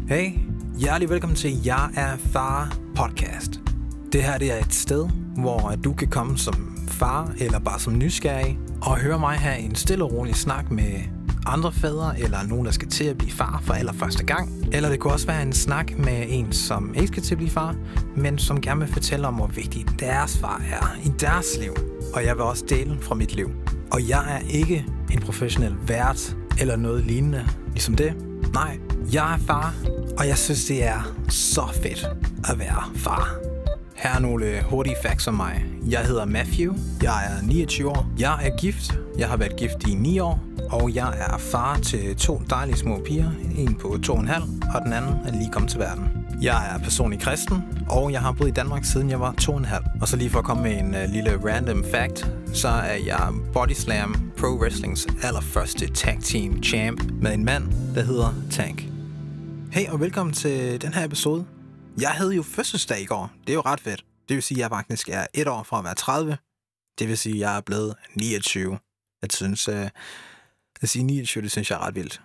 Hey, hjertelig velkommen til Jeg er Far podcast. Det her det er et sted, hvor du kan komme som far eller bare som nysgerrig og høre mig have en stille og rolig snak med andre fædre eller nogen, der skal til at blive far for allerførste gang. Eller det kunne også være en snak med en, som ikke skal til at blive far, men som gerne vil fortælle om, hvor vigtig deres far er i deres liv. Og jeg vil også dele fra mit liv. Og jeg er ikke en professionel vært eller noget lignende ligesom det. Nej, jeg er far, og jeg synes, det er så fedt at være far. Her er nogle hurtige facts om mig. Jeg hedder Matthew, jeg er 29 år, jeg er gift, jeg har været gift i 9 år, og jeg er far til 2 dejlige små piger, en på 2,5, og den anden er lige kommet til verden. Jeg er personlig kristen, og jeg har boet i Danmark siden jeg var 2,5. Og så lige for at komme med en lille random fact, så er jeg Body Slam Pro Wrestlings allerførste tag team champ med en mand, der hedder Tank. Hey og velkommen til den her episode. Jeg havde jo fødselsdag i går. Det er jo ret fedt. Det vil sige, at jeg faktisk er 1 år fra at være 30. Det vil sige, at jeg er blevet 29. Jeg synes, at sige 29, det synes jeg er ret vildt.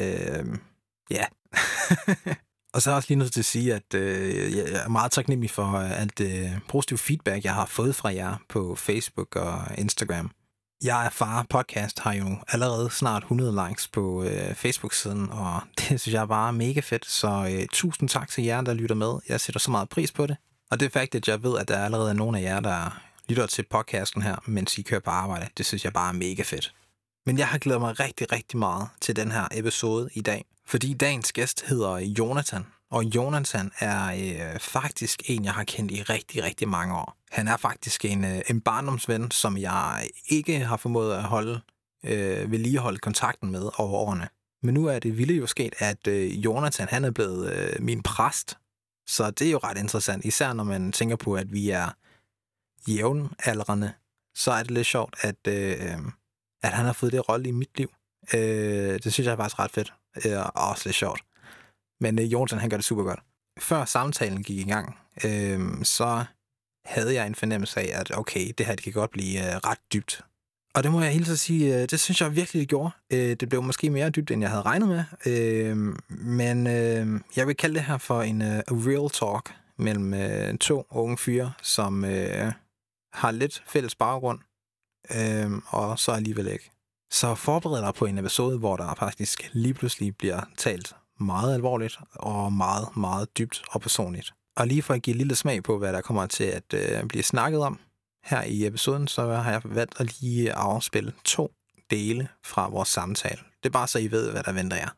Ja. Og så er jeg også lige nødt til at sige, at jeg er meget taknemmelig for alt det positive feedback, jeg har fået fra jer på Facebook og Instagram. Jeg er far podcast har jo allerede snart 100 likes på Facebook-siden, og det synes jeg er bare mega fedt. Så tusind tak til jer, der lytter med. Jeg sætter så meget pris på det. Og det fakt, at jeg ved, at der allerede er nogle af jer, der lytter til podcasten her, mens I kører på arbejde, det synes jeg bare er mega fedt. Men jeg har glædet mig rigtig, rigtig meget til den her episode i dag. Fordi dagens gæst hedder Jonathan, og Jonathan er faktisk en, jeg har kendt i rigtig, rigtig mange år. Han er faktisk en barndomsven, som jeg ikke har formået at vedligeholde kontakten med over årene. Men nu er det vildt jo sket, at Jonathan han er blevet min præst. Så det er jo ret interessant, især når man tænker på, at vi er jævnaldrende. Så er det lidt sjovt, at han har fået det rolle i mit liv. Det synes jeg er faktisk ret fedt. Og også lidt sjovt. Men Jonathan, han gør det super godt. Før samtalen gik i gang, så havde jeg en fornemmelse af, at okay, det her det kan godt blive ret dybt. Og det må jeg hilse at sige, det synes jeg virkelig, det gjorde. Det blev måske mere dybt, end jeg havde regnet med. Men jeg vil kalde det her for en real talk mellem 2 unge fyre, som har lidt fælles baggrund, og så alligevel ikke. Så forbered dig på en episode, hvor der faktisk lige pludselig bliver talt meget alvorligt og meget, meget dybt og personligt. Og lige for at give et lille smag på, hvad der kommer til at blive snakket om her i episoden, så har jeg valgt at lige afspille 2 dele fra vores samtale. Det er bare så I ved, hvad der venter jer.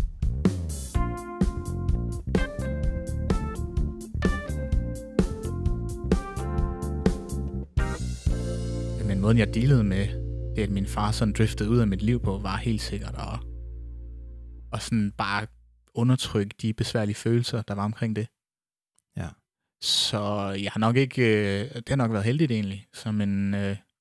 Men måden jeg dealede med det, at min far sådan driftede ud af mit liv på, var helt sikkert og sådan bare undertrykke de besværlige følelser, der var omkring det. Ja. Så jeg har nok ikke, det har nok været heldigt egentlig, som en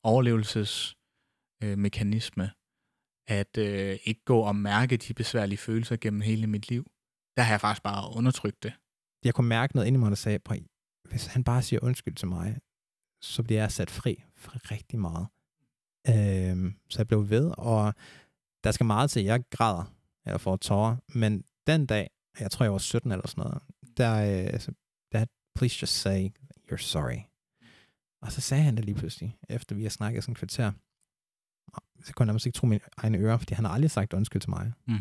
overlevelsesmekanisme, at ikke gå og mærke de besværlige følelser gennem hele mit liv. Der har jeg faktisk bare undertrykt det. Jeg kunne mærke noget inde i mig, der sagde, hvis han bare siger undskyld til mig, så bliver jeg sat fri for rigtig meget. Så jeg blev ved, og der skal meget til, jeg græder, eller får tårer, men den dag, jeg tror jeg var 17 eller sådan noget, der please just say you're sorry. Og så sagde han det lige pludselig, efter vi har snakket sådan et kvarter. Så kunne jeg nærmest ikke tro mine egne ører, fordi han har aldrig sagt undskyld til mig. Mm.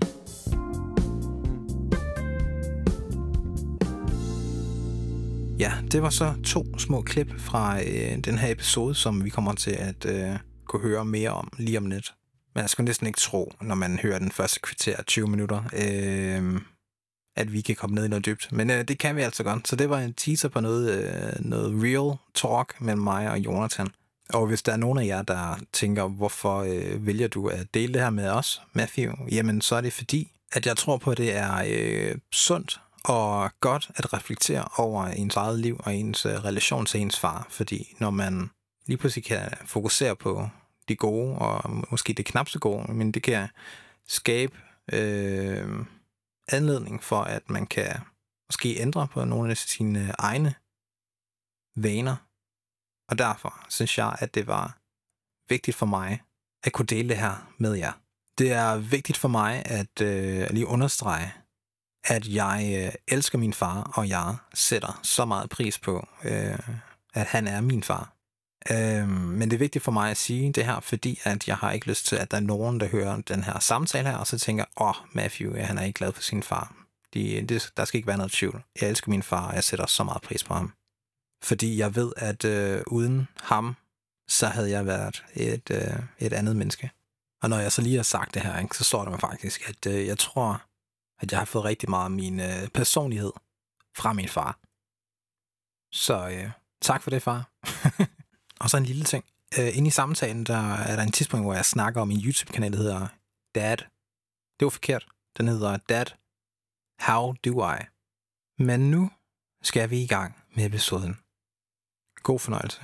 Ja, det var så 2 små klip fra den her episode, som vi kommer til at kunne høre mere om lige om lidt. Men jeg skulle næsten ikke tro, når man hører den første kvarter 20 minutter, at vi kan komme ned i noget dybt. Men det kan vi altså godt. Så det var en teaser på noget real talk mellem mig og Jonathan. Og hvis der er nogen af jer, der tænker, hvorfor vælger du at dele det her med os, Matthew? Jamen, så er det fordi, at jeg tror på, at det er sundt og godt at reflektere over ens eget liv og ens relation til ens far. Fordi når man lige pludselig kan fokusere på de gode, og måske det knap så gode, men det kan skabe anledning for, at man kan måske ændre på nogle af sine egne vaner. Og derfor synes jeg, at det var vigtigt for mig at kunne dele det her med jer. Det er vigtigt for mig at lige understrege, at jeg elsker min far, og jeg sætter så meget pris på, at han er min far. Men det er vigtigt for mig at sige det her, fordi at jeg har ikke lyst til, at der er nogen, der hører den her samtale her, og så tænker, Matthew, han er ikke glad for sin far. Der skal ikke være noget tvivl. Jeg elsker min far, og jeg sætter så meget pris på ham. Fordi jeg ved, at uden ham, så havde jeg været et andet menneske. Og når jeg så lige har sagt det her, så står der mig faktisk, at jeg tror, at jeg har fået rigtig meget af min personlighed fra min far. Så tak for det, far. Og så en lille ting. Inde i samtalen, der er der en tidspunkt, hvor jeg snakker om en YouTube-kanal, der hedder Dad. Det var forkert. Den hedder Dad, How Do I? Men nu skal vi i gang med episoden. God fornøjelse.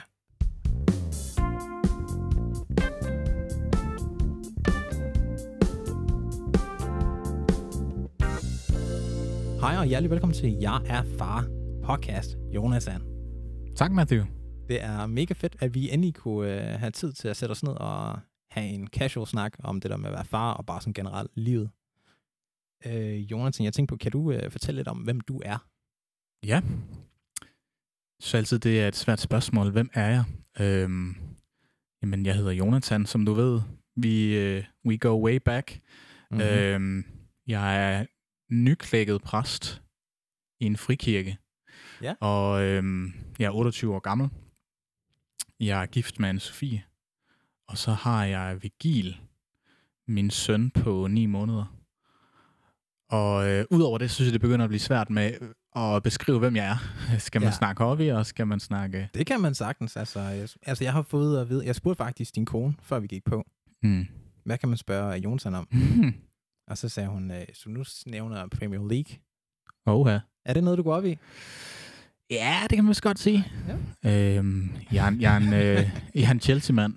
Hej og hjertelig velkommen til Jeg er far podcast, Jonas and. Tak, Matthew. Det er mega fedt, at vi endelig kunne have tid til at sætte os ned og have en casual snak om det der med at være far og bare sådan generelt livet. Jonathan, jeg tænkte på, kan du fortælle lidt om, hvem du er? Ja. Så altid det er et svært spørgsmål. Hvem er jeg? Jamen, jeg hedder Jonathan, som du ved. We go way back. Mm-hmm. Jeg er nyklækket præst i en frikirke. Ja. Og jeg er 28 år gammel. Jeg er gift med Anne-Sophie. Og så har jeg Vigil, min søn på 9 måneder. Og udover det, synes jeg, det begynder at blive svært med at beskrive, hvem jeg er. Skal man snakke hobby, og skal man snakke... Det kan man sagtens. Altså jeg har fået at vide... Jeg spurgte faktisk din kone, før vi gik på. Hvad kan man spørge Jonathan om? Og så sagde hun, så nu nævner Premier League. Oha. Er det noget, du går op i? Ja, det kan man også godt sige. Ja. Jeg er en Chelsea-mand.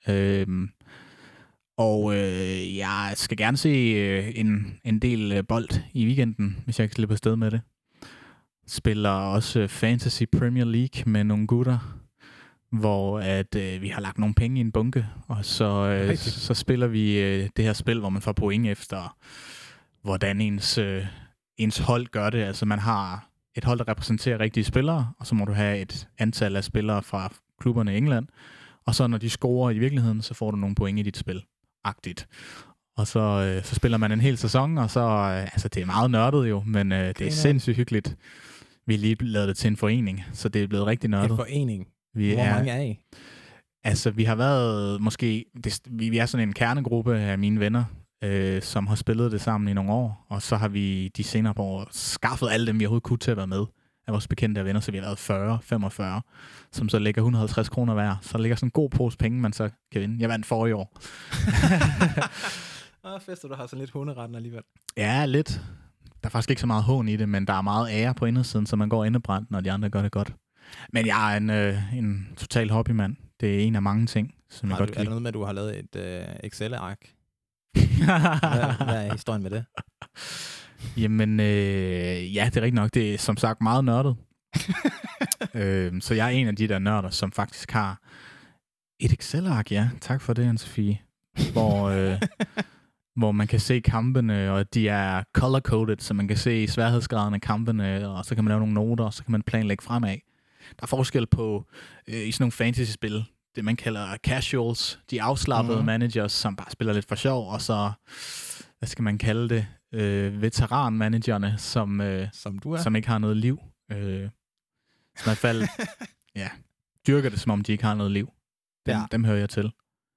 Og jeg skal gerne se en del bold i weekenden, hvis jeg kan slippe afsted med det. Spiller også Fantasy Premier League med nogle gutter, hvor vi har lagt nogle penge i en bunke, og så spiller vi det her spil, hvor man får point efter, hvordan ens hold gør det. Altså man har et hold, der repræsenterer rigtige spillere, og så må du have et antal af spillere fra klubberne i England, og så når de scorer i virkeligheden, så får du nogle point i dit spil. Agtigt. Og så spiller man en hel sæson, og så, altså det er meget nørdet jo, men det er sindssygt hyggeligt. Vi har lige lavet det til en forening, så det er blevet rigtig nørdet. En forening? Hvor mange er I? Altså vi har været måske, vi er sådan en kernegruppe af mine venner, som har spillet det sammen i nogle år, og så har vi de senere på år skaffet alle dem, vi overhovedet kunne til at være med af vores bekendte venner, så vi har været 40-45, som så lægger 150 kroner hver. Så ligger sådan en god pose penge, man så kan vinde. Jeg vandt forrige år. Fester, du har sådan lidt hunderetten alligevel. Ja, lidt. Der er faktisk ikke så meget hån i det, men der er meget ære på indersiden, så man går indebrændt, når de andre gør det godt. Men jeg er en total hobbymand. Det er en af mange ting, som jeg godt kan lide. Er det noget med, at du har lavet et Excel-ark? Hvad er historien med det? Jamen, ja, det er rigtigt nok. Det er som sagt meget nørdet. Så jeg er en af de der nørder, som faktisk har et Excel-ark, ja. Tak for det, Anne-Sophie. Hvor man kan se kampene, og de er color-coded, så man kan se sværhedsgraden af kampene, og så kan man lave nogle noter, og så kan man planlægge fremad. Der er forskel på i sådan nogle fantasy-spil, det man kalder casuals, de afslappede managers, som bare spiller lidt for sjov, og så, hvad skal man kalde det, veteran-managerne, som ikke har noget liv. Så i hvert fald, dyrker det, som om de ikke har noget liv. Dem hører jeg til.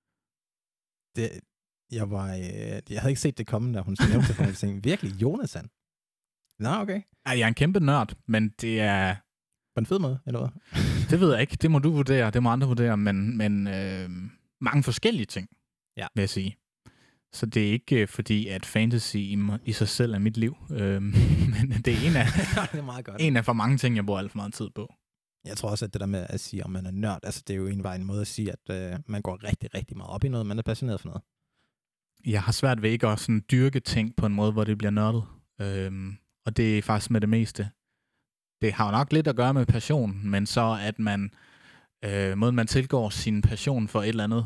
Jeg havde ikke set det komme, da hun nævnte det for mig. Jeg virkelig, Jonathan? Nå, okay. Jeg er en kæmpe nørd, men det er... På en fed måde, eller hvad? Det ved jeg ikke. Det må du vurdere, det må andre vurdere, men mange forskellige ting, vil jeg sige. Så det er ikke fordi, at fantasy i sig selv er mit liv, men det er det er meget godt. En af for mange ting, jeg bruger alt for meget tid på. Jeg tror også, at det der med at sige, om man er nørd, altså det er jo en måde at sige, at man går rigtig, rigtig meget op i noget, man er passioneret for noget. Jeg har svært ved ikke at sådan dyrke ting på en måde, hvor det bliver nørdet. Og det er faktisk med det meste. Det har jo nok lidt at gøre med passion, men så at man måden man tilgår sin passion for et eller andet,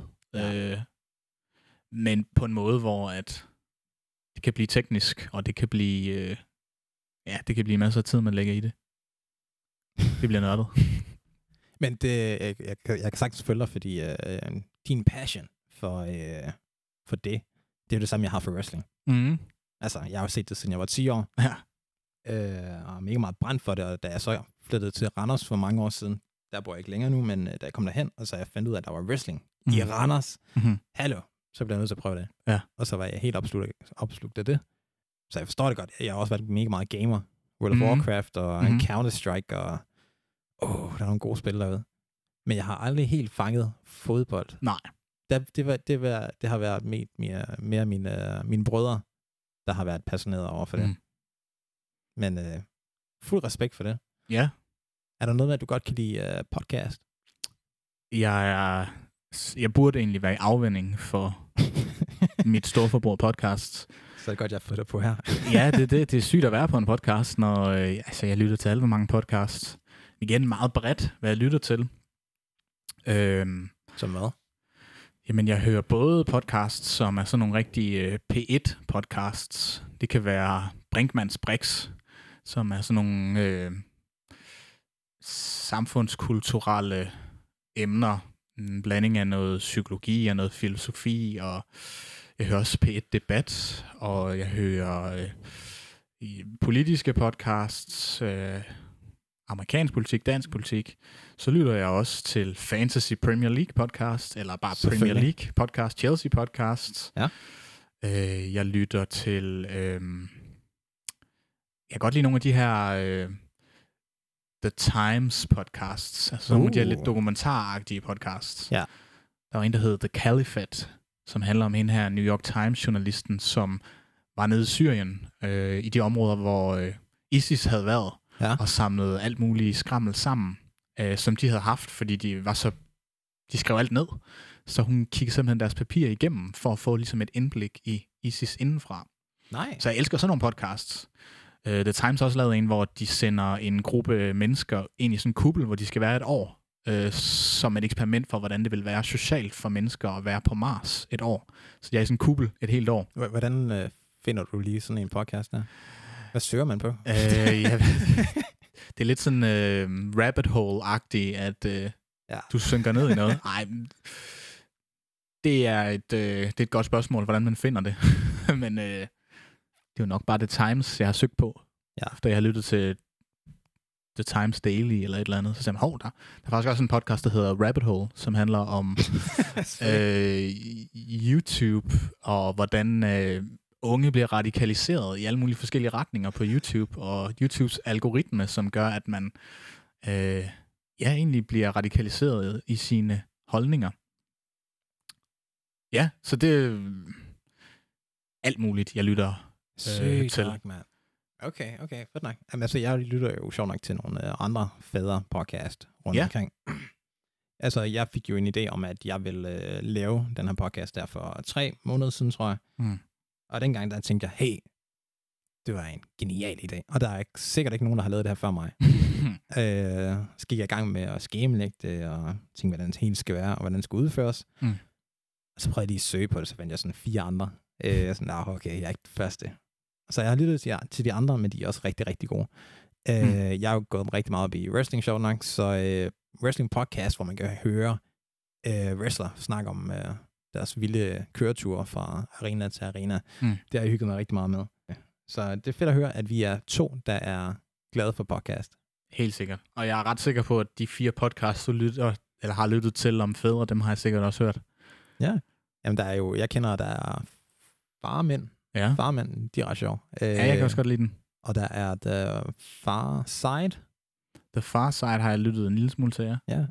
men på en måde, hvor at det kan blive teknisk, og det kan blive ja, det kan blive masser af tid, man lægger i det. Det bliver nørdet. Men det, jeg kan sagtens følge dig, fordi din passion for det er jo det samme, jeg har for wrestling. Mm. Altså, jeg har jo set det, siden jeg var 10 år. Ja. Og er mega meget brændt for det, og da jeg så flyttede til Randers for mange år siden, der bor jeg ikke længere nu, men da jeg kom derhen, og så jeg fandt ud af, at der var wrestling i Randers. Mm-hmm. Hallo, så blev jeg nødt til at prøve det. Ja. Og så var jeg helt opslugt af det. Så jeg forstår det godt. Jeg har også været mega meget gamer. World of Warcraft og Counter-Strike, og der er nogle gode spil derude. Men jeg har aldrig helt fanget fodbold. Nej. Det har været mere mine brødre, der har været passioneret over for det. Men fuld respekt for det. Ja. Er der noget med, at du godt kan lide podcast? Jeg burde egentlig være i afvending for mit storforbrug af podcasts. Så er det godt, jeg har fået det på her. Ja, det er sygt at være på en podcast, når jeg lytter til alt for mange podcasts. Igen meget bredt, hvad jeg lytter til. Som hvad? Jamen, jeg hører både podcasts, som er sådan nogle rigtige P1-podcasts. Det kan være Brinkmanns Brix, som er sådan nogle samfundskulturelle emner. En blanding af noget psykologi og noget filosofi, og jeg hører også P1 Debat, og jeg hører politiske podcasts, amerikansk politik, dansk politik. Så lytter jeg også til Fantasy Premier League podcast, eller bare Premier League podcast, Chelsea podcasts. Ja. Jeg lytter til... jeg kan godt lide nogle af de her The Times podcasts, altså nogle af de her lidt dokumentaragtige podcasts. Ja. Der var en, der hed The Caliphate, som handler om en her New York Times-journalisten, som var nede i Syrien, i de områder, hvor ISIS havde været, og samlede alt muligt skrammel sammen, som de havde haft, fordi de skrev alt ned. Så hun kiggede simpelthen deres papirer igennem, for at få ligesom et indblik i ISIS indenfra. Nej. Så jeg elsker sådan nogle podcasts. The Times har også lavet en, hvor de sender en gruppe mennesker ind i sådan en kuppel, hvor de skal være et år, som et eksperiment for, hvordan det vil være socialt for mennesker at være på Mars et år. Så de er i sådan en kuppel et helt år. Hvordan finder du lige sådan en podcast der? Hvad søger man på? Det er lidt sådan rabbit hole-agtigt, at du synker ned i noget. Nej, det er et godt spørgsmål, hvordan man finder det. Men det er jo nok bare The Times, jeg har søgt på. Ja. Efter jeg har lyttet til The Times Daily eller et eller andet. Så siger man, der er faktisk også en podcast, der hedder Rabbit Hole, som handler om YouTube, og hvordan unge bliver radikaliseret i alle mulige forskellige retninger på YouTube, og YouTubes algoritme, som gør, at man egentlig bliver radikaliseret i sine holdninger. Ja, så det er alt muligt, jeg lytter til. Nok, man. Okay, fedt nok. Jamen, altså, jeg lytter jo sjovt nok til nogle andre fædre podcast rundt omkring. Altså, jeg fik jo en idé om, at jeg ville lave den her podcast der for 3 måneder siden, tror jeg. Og dengang, der tænkte jeg, hey, det var en genial idé. Og der er sikkert ikke nogen, der har lavet det her før mig. Så gik jeg i gang med at skemalægge det, og tænkte, hvordan det helt skal være, og hvordan det skal udføres. Og så prøvede jeg lige at søge på det, så fandt jeg sådan 4 andre. Sådan, okay, jeg er ikke den første. Så jeg har lyttet til de andre, men de er også rigtig, rigtig gode. Jeg har jo gået rigtig meget op i wrestling show nok, så wrestling podcast, hvor man kan høre wrestler snakke om deres vilde køreture fra arena til arena. Det har jeg hygget mig rigtig meget med. Så det er fedt at høre, at vi er 2, der er glade for podcast. Helt sikkert. Og jeg er ret sikker på, at de 4 podcasts, du lytter, eller har lyttet til om fædre, dem har jeg sikkert også hørt. Ja. Jamen, der er jo, jeg kender, der er farmænd. Ja. Farmænd, de er ret sjov. Jeg kan også godt lide den. Og der er The Far Side. The Far Side har jeg lyttet en lille smule til, ja. Ja,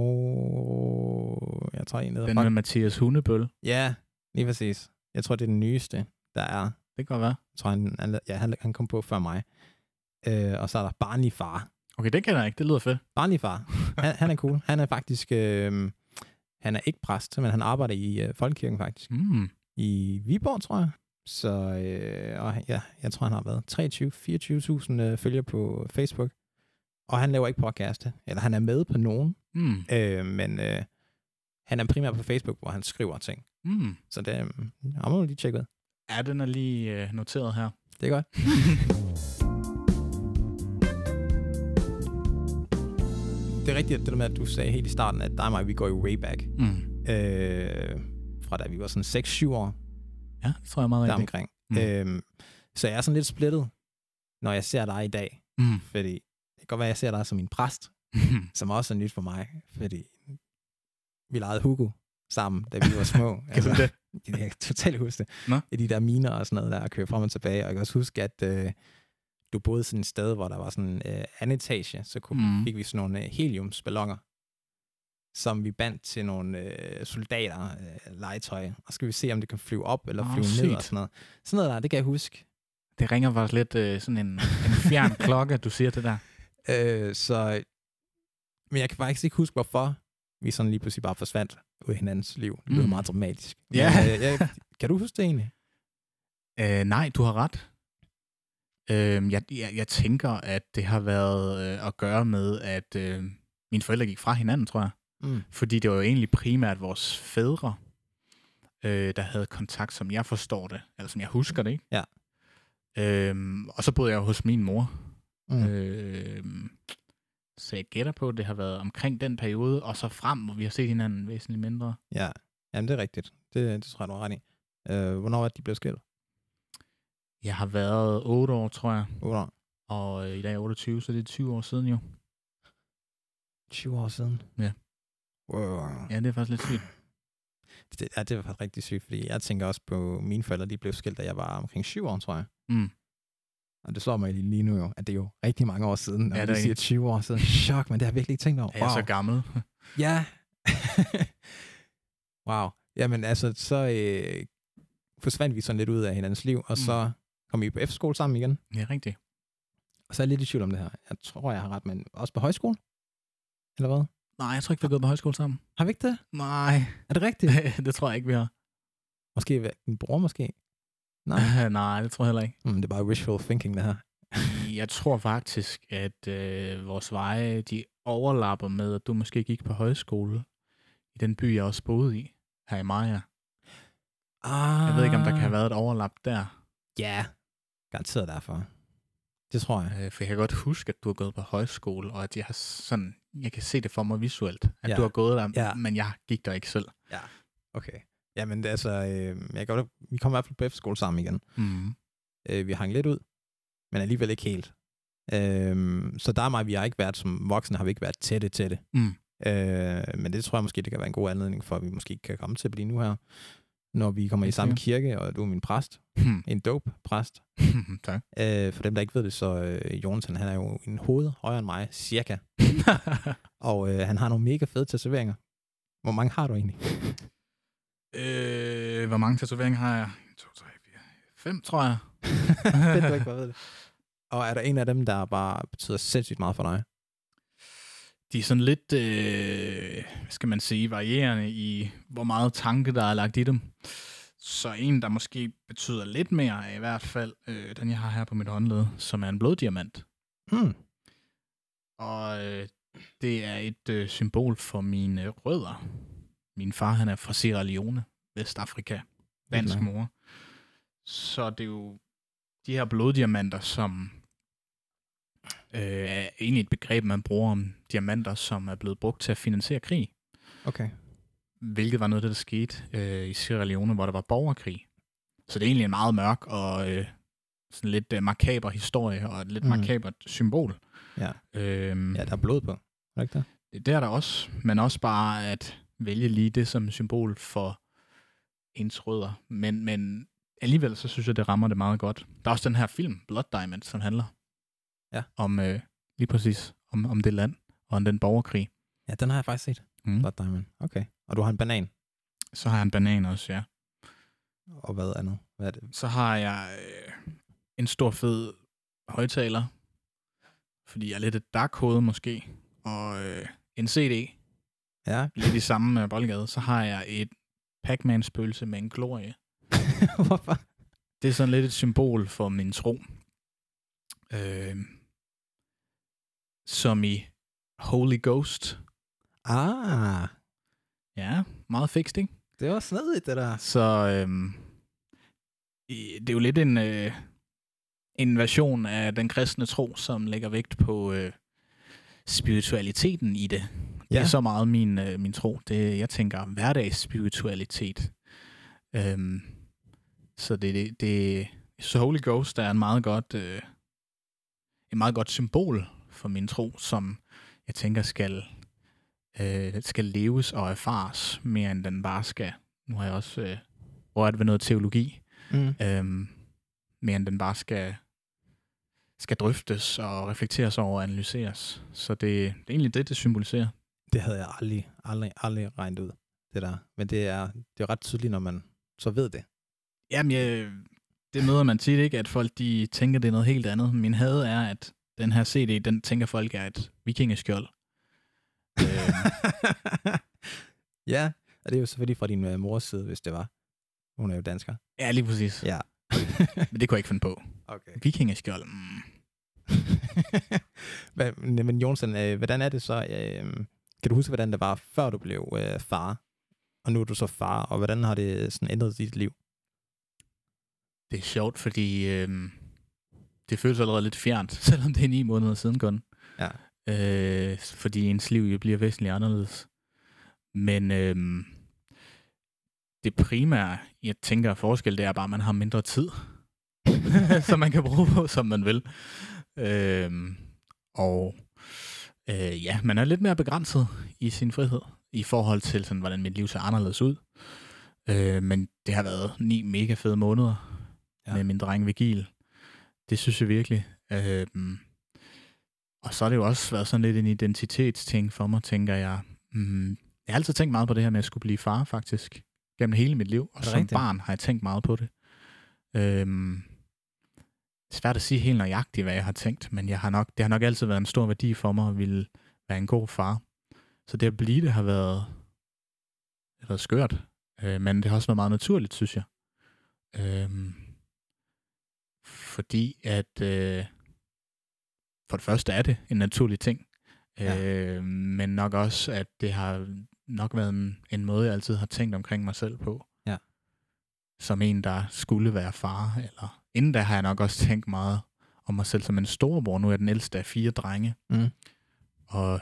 og jeg tror en den med Mathias Hundebøl. Ja, lige præcis. Jeg tror, det er den nyeste, der er. Det kan godt være. Jeg tror, han kom på før mig. Og så er der Barnlig Far. Okay, det kender jeg ikke. Det lyder fedt. Barnlig Far. Han er cool. Han er faktisk... han er ikke præst, men han arbejder i Folkekirken faktisk. I Viborg, tror jeg. Så og ja, jeg tror, han har været 23-24.000 følgere på Facebook. Og han laver ikke podcast. Eller han er med på nogen. Men han er primært på Facebook, hvor han skriver ting. Så det må du lige tjekke ud. Ja, den er lige noteret her. Det er godt. det er rigtigt, det der med, at du sagde helt i starten, at dig og mig, vi går jo way back. Fra da vi var sådan 6-7 år. Ja, det tror jeg meget rigtigt. Deromkring. Så jeg er sådan lidt splittet, når jeg ser dig i dag. Fordi det kan godt være, at jeg ser dig som min præst, som også er nyt for mig. Fordi vi legede Hugo sammen, da vi var små. Kan du det? Jeg kan totalt huske det. Nå? I de der miner og sådan noget, der kører frem og tilbage. Og jeg kan også huske, at du boede sådan et sted, hvor der var sådan anden etage, så fik vi sådan nogle heliumsballoner, som vi bandt til nogle soldater legetøj. Og skal vi se, om det kan flyve op eller flyve ned og sådan noget. Sådan noget der, det kan jeg huske. Det ringer faktisk lidt sådan en fjern klokke, du siger det der. Men jeg kan faktisk ikke huske, hvorfor vi sådan lige pludselig bare forsvandt ud af hinandens liv. Det blev meget dramatisk. Ja. Kan du huske det egentlig? Nej, du har ret. Jeg tænker, at det har været at gøre med, at mine forældre gik fra hinanden, tror jeg. Fordi det var jo egentlig primært vores fædre, der havde kontakt, som jeg forstår det, eller som jeg husker det, ikke? Ja. Og så boede jeg hos min mor. Så jeg gætter på, at det har været omkring den periode, og så frem, hvor vi har set hinanden væsentligt mindre. Ja, jamen det er rigtigt. Det tror jeg, du har ret i. Hvornår var det, de blev skilt? Jeg har været 8 år, tror jeg. 8 år. Og i dag er 28, så det er 20 år siden jo. 20 år siden? Ja. Wow. Ja, det er faktisk lidt sygt. Det var faktisk rigtig sygt, fordi jeg tænker også på mine forældre, de blev skilt, da jeg var omkring 7 år, tror jeg. Og det slår mig lige nu jo, at det er jo rigtig mange år siden, når vi siger 20 år siden. Chok, men det har jeg virkelig ikke tænkt over. Wow. Er jeg så gammel? Ja. Wow. Jamen altså, så forsvandt vi sådan lidt ud af hinandens liv, og så kom vi på efterskole sammen igen. Ja, rigtigt. Og så er jeg lidt i tvivl om det her. Jeg tror, jeg har ret, men også på højskole? Eller hvad? Nej, jeg tror ikke, vi har gået på højskole sammen. Har vi ikke det? Nej. Er det rigtigt? Det tror jeg ikke, vi har. Måske din bror, måske? Nej. Nej, det tror jeg heller ikke. Det er bare wishful thinking, det her. Jeg tror faktisk, at vores veje, de overlapper med, at du måske gik på højskole i den by, jeg også boede i, her i Maja. Jeg ved ikke, om der kan have været et overlap der. Ja, garanteret derfor. Det tror jeg. For jeg kan godt huske, at du har gået på højskole, og at jeg kan se det for mig visuelt, at du har gået der, men jeg gik der ikke selv. Ja, okay. Jamen altså, vi kom i hvert fald på efterskole sammen igen. Vi hang lidt ud, men alligevel ikke helt. Så der er mig, vi har ikke været som voksne, har vi ikke været tætte. Men det tror jeg måske, det kan være en god anledning for, at vi måske kan komme til at blive nu her, når vi kommer i samme kirke, og du er min præst. En dope-præst. Tak. For dem, der ikke ved det, så Jonathan, han er jo en hoved højere end mig, cirka. Og han har nogle mega fede tatoveringer. Hvor mange har du egentlig? Hvor mange tatoveringer har jeg? 1, 2, 3, 4, 5, tror jeg. Fedt, du ikke bare ved det. Og er der en af dem, der bare betyder sindssygt meget for dig? De er sådan lidt, hvad skal man sige, varierende i, hvor meget tanke, der er lagt i dem. Så en, der måske betyder lidt mere, er i hvert fald den, jeg har her på mit håndled, som er en bloddiamant. Og det er et symbol for mine rødder. Min far, han er fra Sierra Leone, Vestafrika, dansk mor. Så det er jo de her bloddiamanter, som er egentlig et begreb, man bruger om diamanter, som er blevet brugt til at finansiere krig. Okay. Hvilket var noget, der skete i Sierra Leone, hvor der var borgerkrig. Så det er egentlig en meget mørk og sådan lidt makaber historie, og et lidt makabert symbol. Ja. Ja, der er blod på. Er det ikke det? Det er der også, men også bare at vælge lige det som symbol for ens rødder. Men alligevel så synes jeg, det rammer det meget godt. Der er også den her film, Blood Diamond, som handler om lige præcis om det land og om den borgerkrig. Ja, den har jeg faktisk set. Blood Diamond. Okay. Og du har en banan? Så har jeg en banan også, ja. Og hvad andet? Hvad er det? Så har jeg en stor fed højtaler, fordi jeg er lidt et dark hoved måske, og en CD. Ja. Lidt i samme boldgade. Så har jeg et Pac-Man-spøgelse med en glorie. Hvorfor? Det er sådan lidt et symbol for min tro. Som i Holy Ghost. Ja, meget fikst, ikke? Det var snedigt, det der. Så det er jo lidt en version af den kristne tro, som lægger vægt på spiritualiteten i det. Det er så meget min tro. Jeg tænker hverdagsspiritualitet. Så det så Holy Ghost er en meget godt symbol for min tro, som jeg tænker skal leves og erfares mere end den bare skal. Nu har jeg også rørt ved noget teologi. Mere end den bare skal drøftes og reflekteres over og analyseres. Så det er egentlig det symboliserer. Det havde jeg aldrig regnet ud, det der. Men det er ret tydeligt, når man så ved det. Jamen, det møder man tit ikke, at folk de tænker, det er noget helt andet. Min had er, at den her CD, den tænker folk er et vikingeskjold. Ja, og det er jo selvfølgelig fra din mors side, hvis det var. Hun er jo dansker. Ja, lige præcis. Ja. Men det kunne jeg ikke finde på. Okay. Vikingeskjold. Men Jonsen, hvordan er det så? Kan du huske, hvordan det var, før du blev far? Og nu er du så far, og hvordan har det sådan ændret dit liv? Det er sjovt, fordi det føles allerede lidt fjernt, selvom det er 9 måneder siden kun. Ja. Fordi ens liv jo bliver væsentligt anderledes. Men det primære, jeg tænker forskel, det er bare, at man har mindre tid, som man kan bruge på, som man vil. Man er lidt mere begrænset i sin frihed, i forhold til, sådan, hvordan mit liv ser anderledes ud. Men det har været 9 mega fede måneder med min dreng Vigil. Det synes jeg virkelig. Og så har det jo også været sådan lidt en identitetsting for mig, tænker jeg. Jeg har altid tænkt meget på det her med at skulle blive far, faktisk. Gennem hele mit liv. Og som barn har jeg tænkt meget på det. Det er svært at sige helt nøjagtigt, hvad jeg har tænkt, men det har nok altid været en stor værdi for mig at ville være en god far. Så det at blive det har været skørt. Men det har også været meget naturligt, synes jeg. Fordi at for det første er det en naturlig ting. Men nok også, at det har nok været en måde, jeg altid har tænkt omkring mig selv på. Ja. Som en, der skulle være far. Eller inden da har jeg nok også tænkt meget om mig selv som en storebror. Nu er jeg den ældste af 4 drenge. Og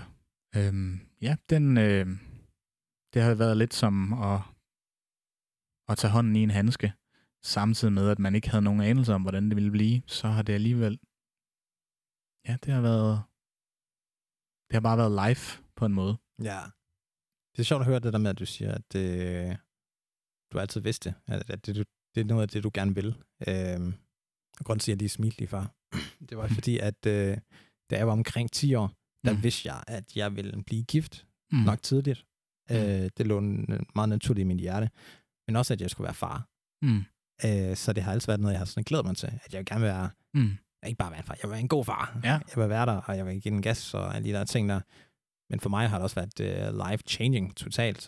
det har været lidt som at tage hånden i en handske. Samtidig med, at man ikke havde nogen anelse om, hvordan det ville blive. Så har det alligevel... Ja, det har bare været live på en måde. Ja. Det er sjovt at høre det der med, at du siger, at du altid vidste, at det er noget af det, du gerne vil. Og grunden til, at jeg lige smilte lige far, det var fordi, at da jeg var omkring 10 år, der vidste jeg, at jeg ville blive gift nok tidligt. Det lå meget naturligt i mit hjerte. Men også, at jeg skulle være far. Så det har altid været noget, jeg har sådan glædet mig til. At jeg vil gerne være... ikke bare være en far, jeg vil være en god far. Ja. Jeg vil være der, og jeg vil give den gas og alle de der ting der. Men for mig har det også været life-changing totalt.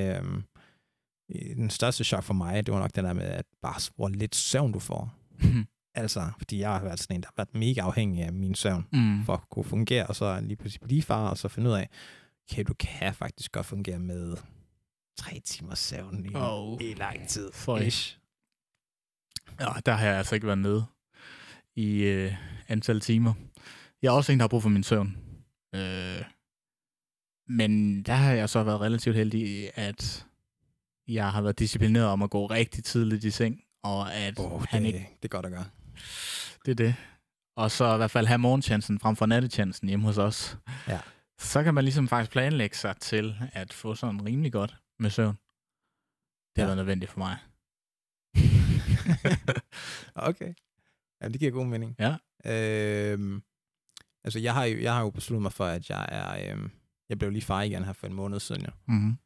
Den største chok for mig, det var nok det der med, at bare hvor lidt søvn du får. Altså, fordi jeg har været sådan en, der har været mega afhængig af min søvn, for at kunne fungere, og så lige pludselig blive far, og så finde ud af, okay, du kan faktisk godt fungere med 3 timers søvn i lang tid. Ja, der har jeg altså ikke været nede i antal timer. Jeg er også en, der har brug for min søvn. Men der har jeg så været relativt heldig, at jeg har været disciplineret om at gå rigtig tidligt i seng, og at han ikke... Det er godt at gøre. Det er det. Og så i hvert fald have morgentjenesten frem for nattetjenesten hjemme hos os. Ja. Så kan man ligesom faktisk planlægge sig til at få sådan rimelig godt med søvn. Det har været nødvendigt for mig. Okay. Ja, det giver god mening. Ja. Altså, jeg har jo besluttet mig for, at jeg blev lige far igen her for en måned siden. Ja.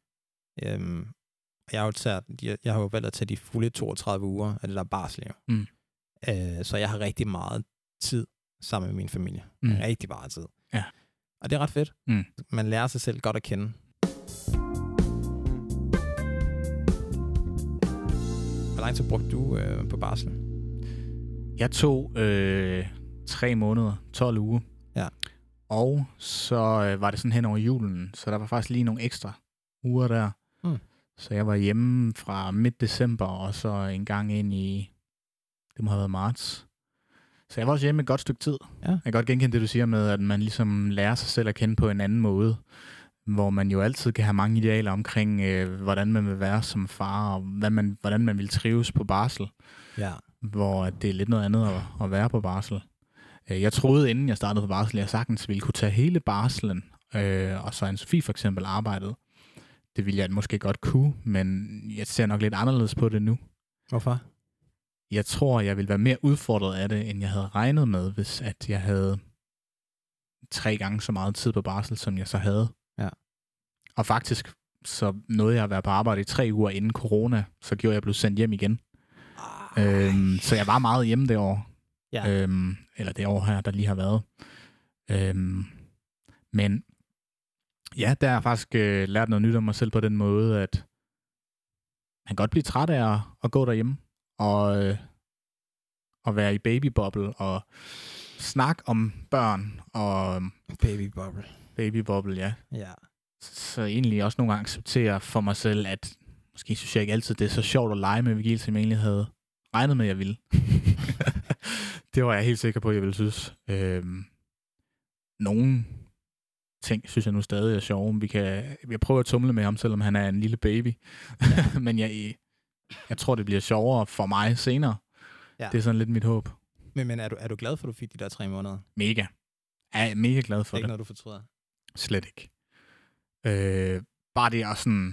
Jeg har jo valgt at tage de fulde 32 uger af det der barsel. Så jeg har rigtig meget tid sammen med min familie. Rigtig meget tid. Ja. Og det er ret fedt. Man lærer sig selv godt at kende. Hvor lang tid brugte du på barsel? Jeg tog 3 måneder, 12 uger. Ja. Og så var det sådan hen over julen, så der var faktisk lige nogle ekstra uger der. Så jeg var hjemme fra midt december, og så en gang ind i, det må have været marts. Så jeg var også hjemme et godt stykke tid. Ja. Jeg kan godt genkende det, du siger med, at man ligesom lærer sig selv at kende på en anden måde, hvor man jo altid kan have mange idealer omkring, hvordan man vil være som far, og hvordan man vil trives på barsel. Ja. Hvor det er lidt noget andet at være på barsel. Jeg troede, inden jeg startede på barsel, at jeg sagtens ville kunne tage hele barselen, og så Anne-Sophie for eksempel arbejdede. Det ville jeg måske godt kunne, men jeg ser nok lidt anderledes på det nu. Hvorfor? Jeg tror, jeg ville være mere udfordret af det, end jeg havde regnet med, hvis at jeg havde 3 gange så meget tid på barsel, som jeg så havde. Ja. Og faktisk så nåede jeg at være på arbejde i 3 uger inden corona, så gjorde jeg blev sendt hjem igen. Så jeg var meget hjemme det år. Ja. Eller det år her, der lige har været. Men ja, der har jeg faktisk lært noget nyt om mig selv på den måde, at man kan godt blive træt af at gå derhjemme og være i babybubble og snakke om børn og babybubble, ja. Ja. Så egentlig også nogle gange acceptere for mig selv, at måske synes jeg ikke altid, det er så sjovt at lege med Vigil, som jeg egentlig havde regnet med, jeg ville. Det var jeg helt sikker på, at jeg ville synes. Nogle ting synes jeg nu stadig er sjove. Jeg prøver at tumle med ham, selvom han er en lille baby. Ja. Men jeg tror, det bliver sjovere for mig senere. Ja. Det er sådan lidt mit håb. Men er du glad for, at du fik de der 3 måneder? Mega. Jeg er mega glad for det. Det er ikke noget, du fortryder? Slet ikke. Bare det at sådan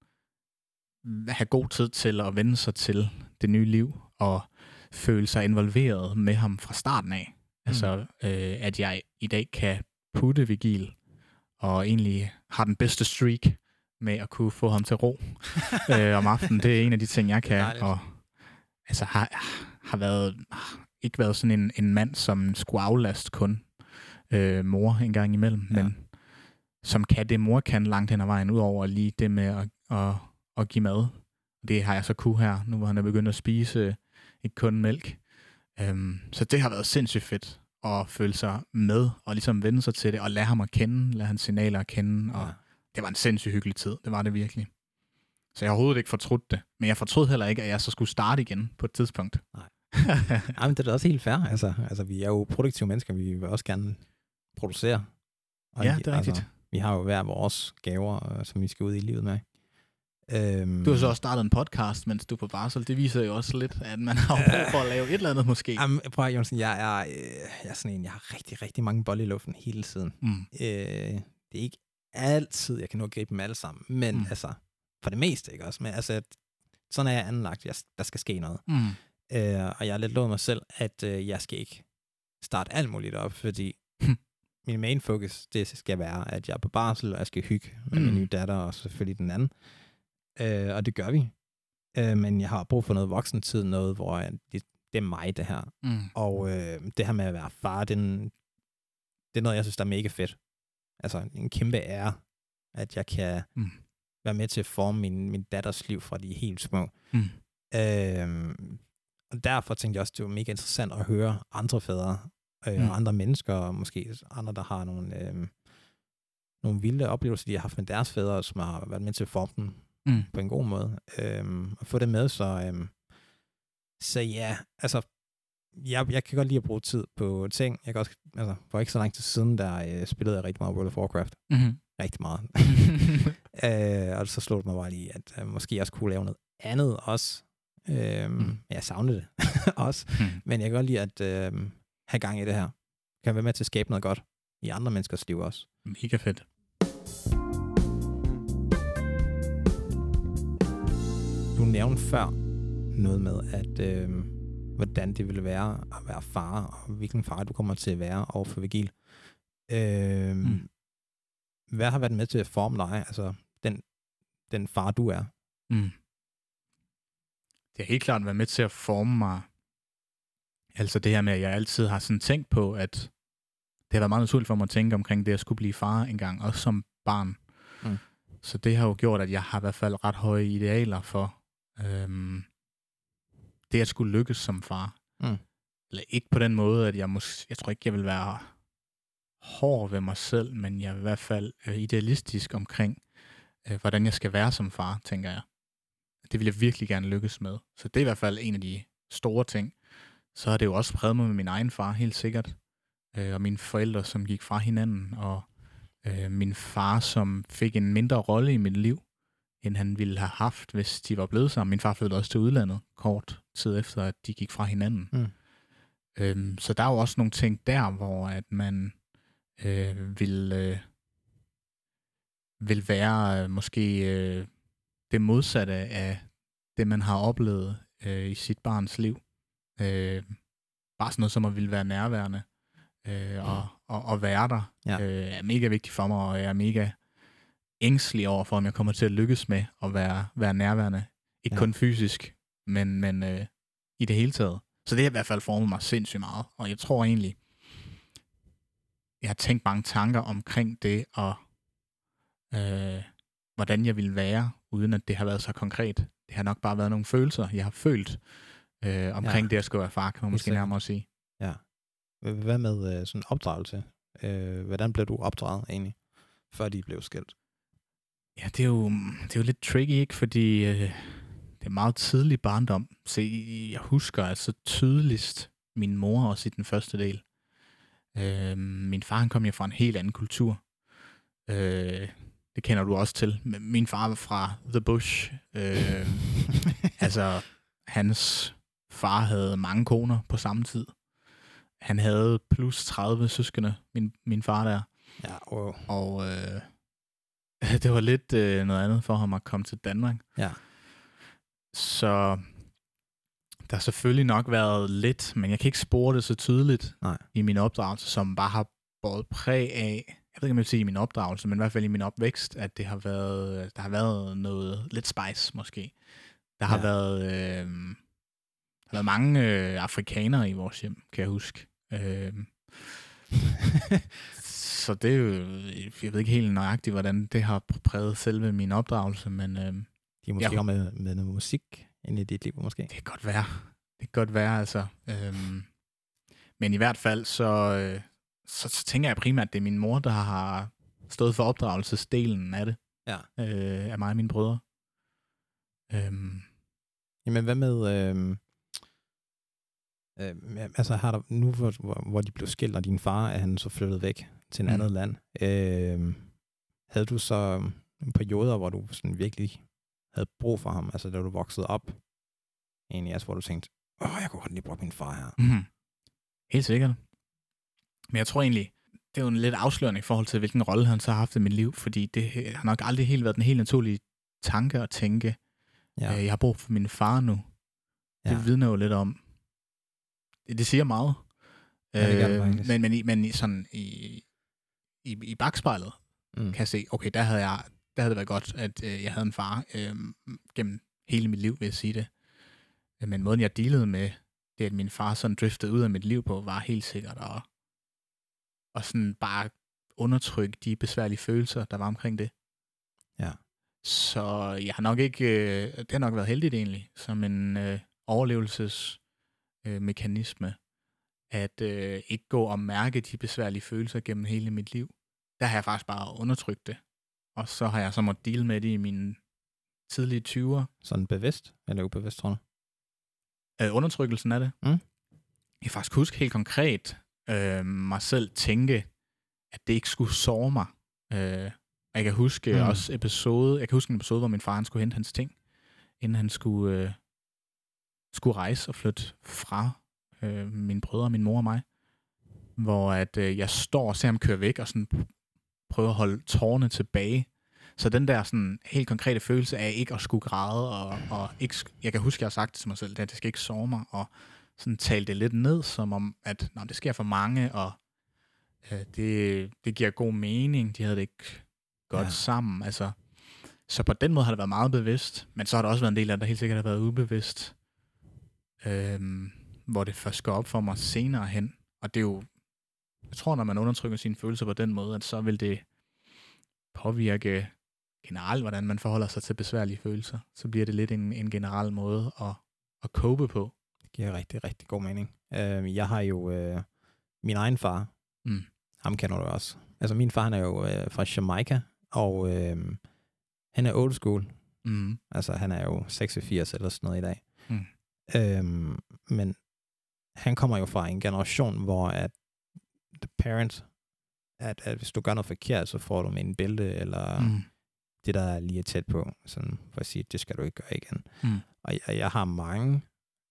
have god tid til at vende sig til det nye liv, og føle sig involveret med ham fra starten af. Altså, at jeg i dag kan putte Vigil, og egentlig har den bedste streak med at kunne få ham til ro om aftenen. Det er en af de ting, jeg kan. Og altså har ikke været sådan en mand, som skulle aflaste kun mor en gang imellem, men som kan det, mor kan langt hen ad vejen, ud over lige det med at give mad. Det har jeg så kunne her, nu hvor han er begyndt at spise ikke kun mælk. Så det har været sindssygt fedt at føle sig med, og ligesom vende sig til det, og lade ham at kende, lade hans signaler at kende, og det var en sindssygt hyggelig tid, det var det virkelig. Så jeg har overhovedet ikke fortrudt det, men jeg fortrød heller ikke, at jeg så skulle starte igen på et tidspunkt. Nej. Men det er da også helt fair, altså vi er jo produktive mennesker, vi vil også gerne producere. Og ja, det er rigtigt. Vi har jo hver vores gaver, som vi skal ud i livet med. Du har så også startet en podcast, mens du er på barsel. Det viser jo også lidt, at man har brug for at lave et eller andet måske. Prøv at, Jonsen, jeg er sådan en, jeg har rigtig, rigtig mange boller i luften hele tiden. Det er ikke altid, jeg kan nå at gribe dem alle sammen, men altså, for det meste, ikke også? Men altså, sådan er jeg anlagt, der skal ske noget. Og jeg har lidt lovet mig selv, at jeg skal ikke starte alt muligt op, fordi min main focus, det skal være, at jeg er på barsel, og jeg skal hygge med min nye datter, og selvfølgelig den anden. Og det gør vi. Men jeg har brug for noget voksentid, noget, hvor det er mig, det her. Og det her med at være far, det er noget, jeg synes, der er mega fedt. Altså en kæmpe ære, at jeg kan være med til at forme min datters liv fra de helt små. Og derfor tænkte jeg også, det var mega interessant at høre andre fædre, og andre mennesker, og måske andre, der har nogle vilde oplevelser, de har haft med deres fædre, som har været med til at forme dem på en god måde. Og få det med, så ja, altså, jeg kan godt lide at bruge tid på ting. Jeg kan også, altså, for ikke så lang tid siden, der spillede jeg rigtig meget World of Warcraft. Rigtig meget. Og så slog det mig bare lige, at måske jeg også kunne lave noget andet også. Jeg savnede det også. Men jeg kan godt lide at have gang i det her. Kan være med til at skabe noget godt i andre menneskers liv også. Mega fedt. Du nævnte før noget med, at hvordan det ville være at være far, og hvilken far du kommer til at være overfor Vigil. Hvad har været med til at forme dig, altså den far, du er? Det har helt klart været med til at forme mig. Altså det her med, at jeg altid har sådan tænkt på, at det har været meget naturligt for mig at tænke omkring det, at jeg skulle blive far engang, også som barn. Så det har jo gjort, at jeg har i hvert fald ret høje idealer for det at skulle lykkes som far. Eller ikke på den måde, at jeg tror ikke, jeg vil være hård ved mig selv, men jeg er i hvert fald idealistisk omkring, hvordan jeg skal være som far, tænker jeg. Det vil jeg virkelig gerne lykkes med. Så det er i hvert fald en af de store ting. så har det jo også præget mig med min egen far, helt sikkert. Og mine forældre, som gik fra hinanden, og min far, som fik en mindre rolle i mit liv, end han ville have haft, hvis de var blevet sammen. Min far flyttede også til udlandet kort tid efter, at de gik fra hinanden. Så der er jo også nogle ting der, hvor at man vil være måske det modsatte af det, man har oplevet i sit barns liv. Bare sådan noget som at ville være nærværende og være der er mega vigtigt for mig, og jeg er mega ængstelig over for, om jeg kommer til at lykkes med at være nærværende. Ikke kun fysisk, men i det hele taget. Så det har i hvert fald formet mig sindssygt meget, og jeg tror egentlig, jeg har tænkt mange tanker omkring det, og hvordan jeg ville være, uden at det har været så konkret. Det har nok bare været nogle følelser, jeg har følt omkring det at skulle være far, kan man måske nærmere sige. Ja. Hvad med sådan opdragelse? Hvordan blev du opdraget egentlig, før de blev skilt? Ja, det er jo lidt tricky, ikke? Fordi det er meget tidlig barndom. Så jeg husker altså tydeligst min mor også i den første del. Min far, han kom jo fra en helt anden kultur. Det kender du også til. Min far var fra The Bush. Altså, hans far havde mange koner på samme tid. Han havde plus 30 søskende, min far der. Ja, wow. Og det var lidt noget andet for ham at komme til Danmark. Ja. Så der har selvfølgelig nok været lidt, men jeg kan ikke spore det så tydeligt i min opdragelse, som bare har båret præg af, jeg ved ikke, om jeg vil sige i min opdragelse, men i hvert fald i min opvækst, at der har været noget lidt spice måske. Der har været mange afrikanere i vores hjem, kan jeg huske. Så det er jo, jeg ved ikke helt nøjagtigt, hvordan det har præget selve min opdragelse, men de er måske også med noget musik ind i dit liv, måske? Det kan godt være, altså. Men i hvert fald, så tænker jeg primært, at det er min mor, der har stået for opdragelsesdelen af det. Ja. Af mig og mine brødre. Jamen, hvad med... altså har der nu, hvor de blev skilt, og din far er han så flyttet væk til et andet land, havde du så perioder, hvor du sådan virkelig havde brug for ham, altså da du voksede op, egentlig, altså hvor du tænkte, jeg kunne godt lige bruge min far her. Mm-hmm. Helt sikkert. Men jeg tror egentlig, det er jo en lidt afslørende i forhold til, hvilken rolle han så har haft i mit liv, fordi det har nok aldrig helt været den helt naturlige tanke at tænke, jeg har brug for min far nu. Ja. Det vidner jo lidt om, det siger meget. Men sådan i bagspejlet kan jeg se, okay, der havde det været godt, at jeg havde en far gennem hele mit liv, vil jeg sige det. Men måden, jeg dealede med det, at min far sådan driftede ud af mit liv på, var helt sikkert og sådan bare undertrykke de besværlige følelser, der var omkring det. Ja. Så jeg har nok ikke, det har nok været heldigt egentlig, som en overlevelsesmekanisme, at ikke gå og mærke de besværlige følelser gennem hele mit liv. Der har jeg faktisk bare undertrykt det. Og så har jeg så måttet deal med det i mine tidlige 20'er. Sådan bevidst eller ubevidst, tror du? Undertrykkelsen af det. Jeg kan faktisk huske helt konkret mig selv tænke, at det ikke skulle såre mig. Jeg kan huske også en episode, hvor min far han skulle hente hans ting, inden han skulle rejse og flytte fra mine brødre, min mor og mig. Hvor at jeg står og ser ham køre væk og sådan prøver at holde tårerne tilbage. Så den der sådan helt konkrete følelse af ikke at skulle græde, og ikke, jeg kan huske, at jeg har sagt det til mig selv, at det skal ikke såre mig, og sådan tale det lidt ned, som om, at det sker for mange, og det giver god mening, de havde det ikke godt sammen. Altså, så på den måde har det været meget bevidst, men så har der også været en del af det, der helt sikkert har været ubevidst, hvor det først går op for mig senere hen. Og det er jo, jeg tror, når man undertrykker sine følelser på den måde, at så vil det påvirke generelt, hvordan man forholder sig til besværlige følelser. Så bliver det lidt en generel måde at cope på. Det giver rigtig, rigtig god mening. Jeg har jo min egen far. Ham kender du også. Altså min far, han er jo fra Jamaica, og han er old school. Altså han er jo 86 eller sådan noget i dag. Men han kommer jo fra en generation, hvor at the parent, at hvis du gør noget forkert, så får du med en bælte, eller det, der er lige tæt på, sådan for at sige, det skal du ikke gøre igen. Og jeg har mange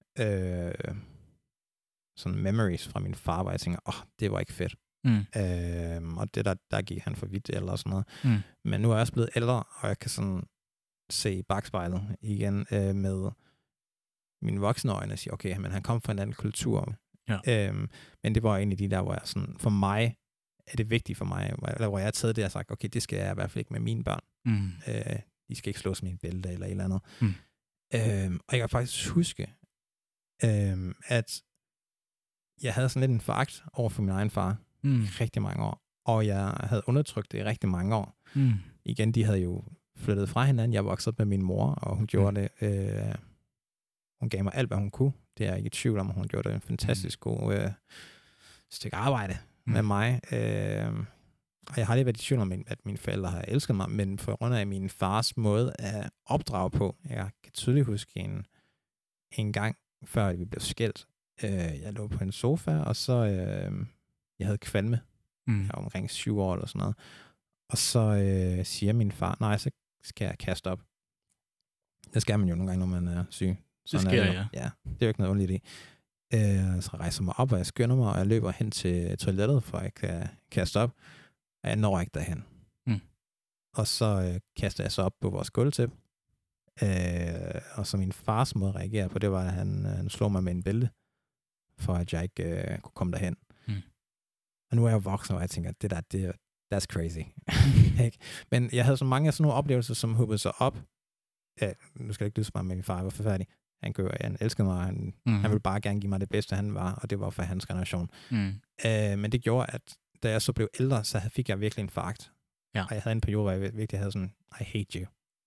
sådan memories fra min far, hvor jeg tænker, det var ikke fedt. Og det der gik han for vidt, eller sådan noget. Men nu er jeg også blevet ældre, og jeg kan sådan se bagspejlet igen med mine voksne øjne og sige, okay, men han kom fra en anden kultur. Ja. Men det var egentlig de der, hvor jeg sådan, for mig er det vigtigt for mig, eller hvor jeg har taget det og sagt, okay, det skal jeg i hvert fald ikke med mine børn. De skal ikke slås med en bælte eller et eller andet. Og jeg kan faktisk huske, at jeg havde sådan lidt en foragt over for min egen far rigtig mange år, og jeg havde undertrykt det i rigtig mange år. Igen, de havde jo flyttet fra hinanden. Jeg voksede op med min mor, og hun gjorde det. Hun gav mig alt, hvad hun kunne. Det er jeg ikke i tvivl om, hun gjorde det en fantastisk god stykke arbejde med mig. Og jeg har lige været i tvivl om, at mine forældre har elsket mig, men for grund af min fars måde at opdrage på, jeg kan tydeligt huske en gang, før vi blev skilt. Jeg lå på en sofa, og så jeg havde kvalme. Jeg var omkring 7 år eller sådan noget. Og så siger min far, nej, så skal jeg kaste op. Det skal man jo nogle gange, når man er syg. Sådan det sker, ja. Ja, det er jo ikke noget underligt i. Så rejser jeg mig op, og jeg skynder mig, og jeg løber hen til toilettet, for at jeg kan kaste op. Og jeg når ikke derhen. Og så kaster jeg så op på vores gulvtæppe. Og så min fars måde at reagere på, det var, at han slog mig med en bælte, for at jeg ikke kunne komme derhen. Og nu er jeg jo voksen, og jeg tænker, that's crazy. Men jeg havde så mange af sådan nogle oplevelser, som håbede sig op. Ja, nu skal jeg ikke lyde så meget med min far, var forfærdelig. Han elskede mig, han ville bare gerne give mig det bedste, han var, og det var for hans generation. Men det gjorde, at da jeg så blev ældre, så fik jeg virkelig en foragt. Ja. Og jeg havde en periode, hvor jeg virkelig havde sådan, I hate you.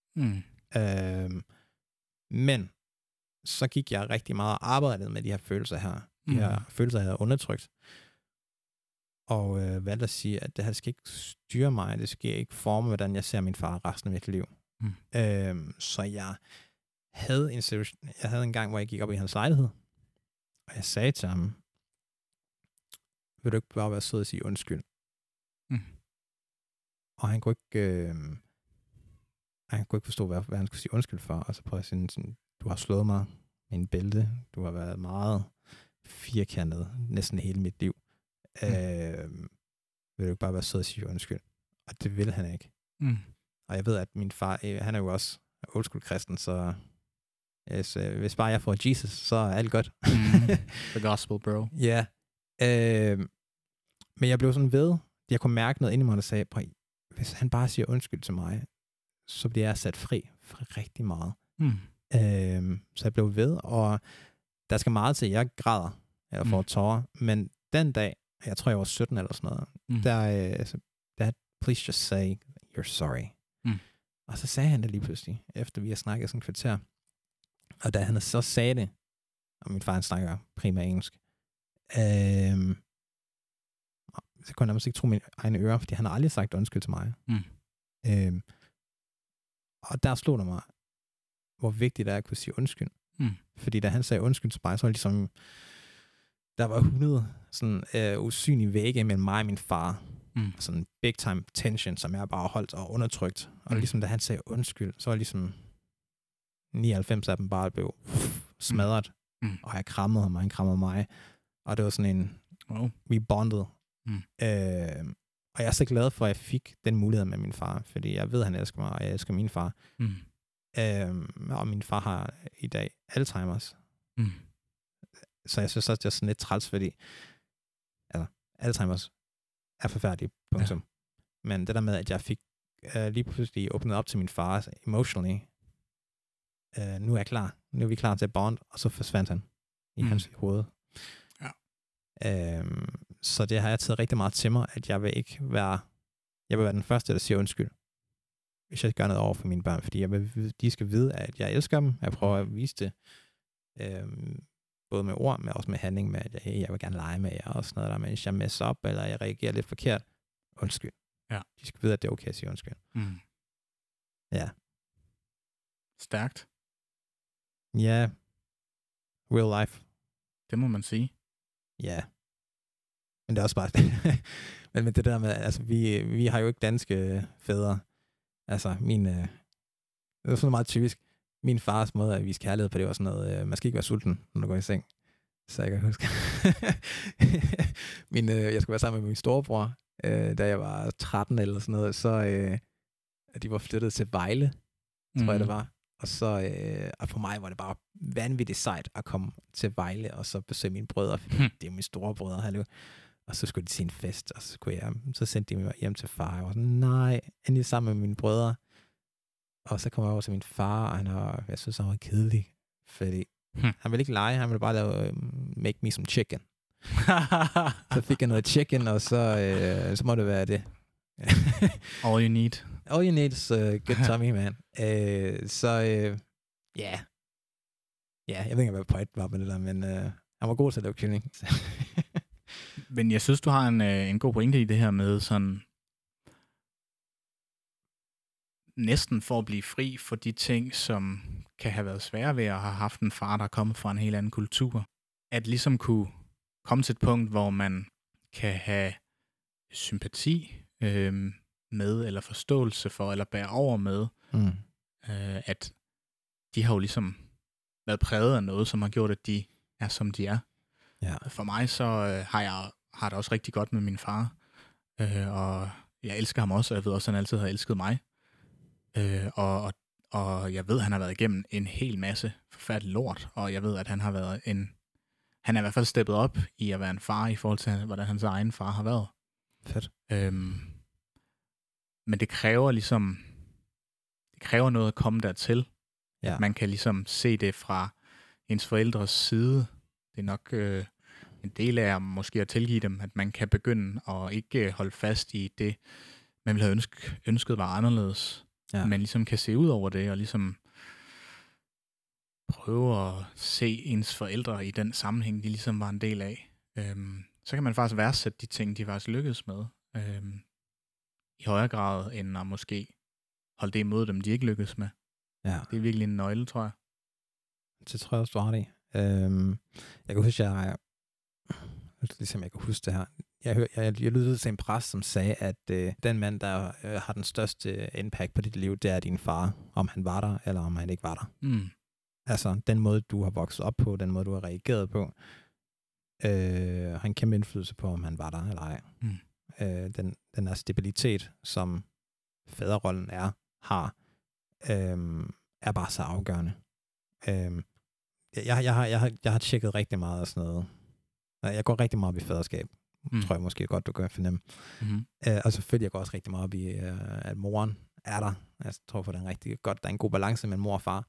Men så gik jeg rigtig meget og arbejdede med de her følelser her. De her følelser, jeg havde undertrykt. Og valgte at sige, at det her skal ikke styre mig, det skal ikke forme, hvordan jeg ser min far resten af mit liv. Så jeg havde en gang, hvor jeg gik op i hans lejlighed, og jeg sagde til ham, vil du ikke bare være sød og sige undskyld? Og han kunne ikke forstå, hvad han skulle sige undskyld for, og så prøvede jeg sådan, du har slået mig med en bælte, du har været meget firkantet næsten hele mit liv. Vil du ikke bare være sød og sige undskyld? Og det ville han ikke. Og jeg ved, at min far, han er jo også old school kristen, så hvis bare jeg får Jesus, så er alt godt. The gospel, bro. Ja. Men jeg blev sådan ved, jeg kunne mærke noget inde i mig, der sagde, hvis han bare siger undskyld til mig, så bliver jeg sat fri for rigtig meget. Så jeg blev ved, og der skal meget til, jeg græder, eller får tårer, men den dag, jeg tror, jeg var 17 eller sådan noget, der please just say, you're sorry. Og så sagde han det lige pludselig, efter vi har snakket sådan et kvarter. Og da han så sagde det, og min far snakker primært engelsk, så kunne jeg nærmest ikke tro mine egne ører, fordi han har aldrig sagt undskyld til mig. Og der slog det mig, hvor vigtigt det er at kunne sige undskyld. Fordi da han sagde undskyld til mig, så var det ligesom, der var 100 sådan usynlige vægge mellem mig og min far. Sådan big time tension, som jeg bare holdt og undertrykt. Og ligesom da han sagde undskyld, så var ligesom 99 af dem bare blev smadret. Og jeg krammede ham, og han krammede mig. Og det var sådan en, we bonded. Og jeg er så glad for, at jeg fik den mulighed med min far, fordi jeg ved, at han elsker mig, og jeg elsker min far. Og min far har i dag Alzheimer's. Så jeg synes også, det er sådan lidt træls, fordi Alzheimer's er forfærdelig, punktum. Ja. Men det der med, at jeg fik lige pludselig åbnet op til min far emotionally, nu er jeg klar. Nu er vi klar til at bond, og så forsvandt han i hans hoved. Ja. Så det har jeg taget rigtig meget til mig, at jeg vil være den første, der siger undskyld, hvis jeg gør noget over for mine børn, fordi de skal vide, at jeg elsker dem. Jeg prøver at vise det, både med ord, men også med handling, med at jeg vil gerne lege med jer og sådan noget der, men hvis jeg messer op, eller jeg reagerer lidt forkert, undskyld. Ja. De skal vide, at det er okay at sige undskyld. Ja. Stærkt. Ja. Real life. Det må man sige. ja. Men det er også bare... men det der med, altså, vi har jo ikke danske fædre. Altså, det var sådan meget typisk. Min fars måde at vise kærlighed på, det var sådan noget, man skal ikke være sulten, når du går i seng. Så jeg kan huske. Jeg skulle være sammen med min storebror, da jeg var 13 eller sådan noget, så de var flyttet til Vejle, tror jeg det var. Og så og for mig var det bare vanvittigt sejt at komme til Vejle, og så besøge mine brødre, fordi det er mine storebrødre, hallo. Og så skulle de til en fest, og så sendte de mig hjem til far. Jeg var sådan, nej, endelig sammen med mine brødre. Og så kom jeg over til min far, og jeg synes, han var kedelig, fordi han ville ikke lege, han ville bare lave make me some chicken. Så fik jeg noget chicken, og så må det være det. All you need. All you need is good tummy, man. Ja, jeg ved ikke, hvad point var med det der, men han var god til at lave kylling. Men jeg synes, du har en god pointe i det her med sådan næsten for at blive fri for de ting, som kan have været svære ved at have haft en far, der er kommet fra en helt anden kultur. At ligesom kunne komme til et punkt, hvor man kan have sympati med, eller forståelse for, eller bære over med, at de har jo ligesom været præget af noget, som har gjort, at de er, som de er. Ja. For mig så har det også rigtig godt med min far, og jeg elsker ham også, og jeg ved også, at han altid har elsket mig. Og jeg ved, at han har været igennem en hel masse forfærdelig lort, og jeg ved, at han har været han er i hvert fald steppet op i at være en far i forhold til, hvordan hans egen far har været. Fedt. Men det kræver noget at komme dertil. Ja. At man kan ligesom se det fra ens forældres side. Det er nok en del af måske at tilgive dem, at man kan begynde at ikke holde fast i det, man ville have ønsket var anderledes. Ja. Man ligesom kan se ud over det, og ligesom prøve at se ens forældre i den sammenhæng, de ligesom var en del af. Så kan man faktisk værdsætte de ting, de faktisk lykkedes med, i højere grad, end at måske holde det imod dem, de ikke lykkedes med. Ja. Det er virkelig en nøgle, tror jeg. Det tror jeg også, du har det. Jeg kan huske, jeg kan huske det her. Jeg lyttede til en præst, som sagde, at den mand, der har den største impact på dit liv, det er din far, om han var der, eller om han ikke var der. Altså, den måde, du har vokset op på, den måde, du har reageret på, har en kæmpe indflydelse på, om han var der eller ej. Den der stabilitet, som faderrollen har, er bare så afgørende. Jeg har tjekket rigtig meget af sådan noget. Jeg går rigtig meget op i faderskab. Tror jeg måske godt, du kan fornemme. Og selvfølgelig jeg går også rigtig meget op i, at moren er der. Jeg tror for, det er rigtig godt. Der er en god balance mellem mor og far.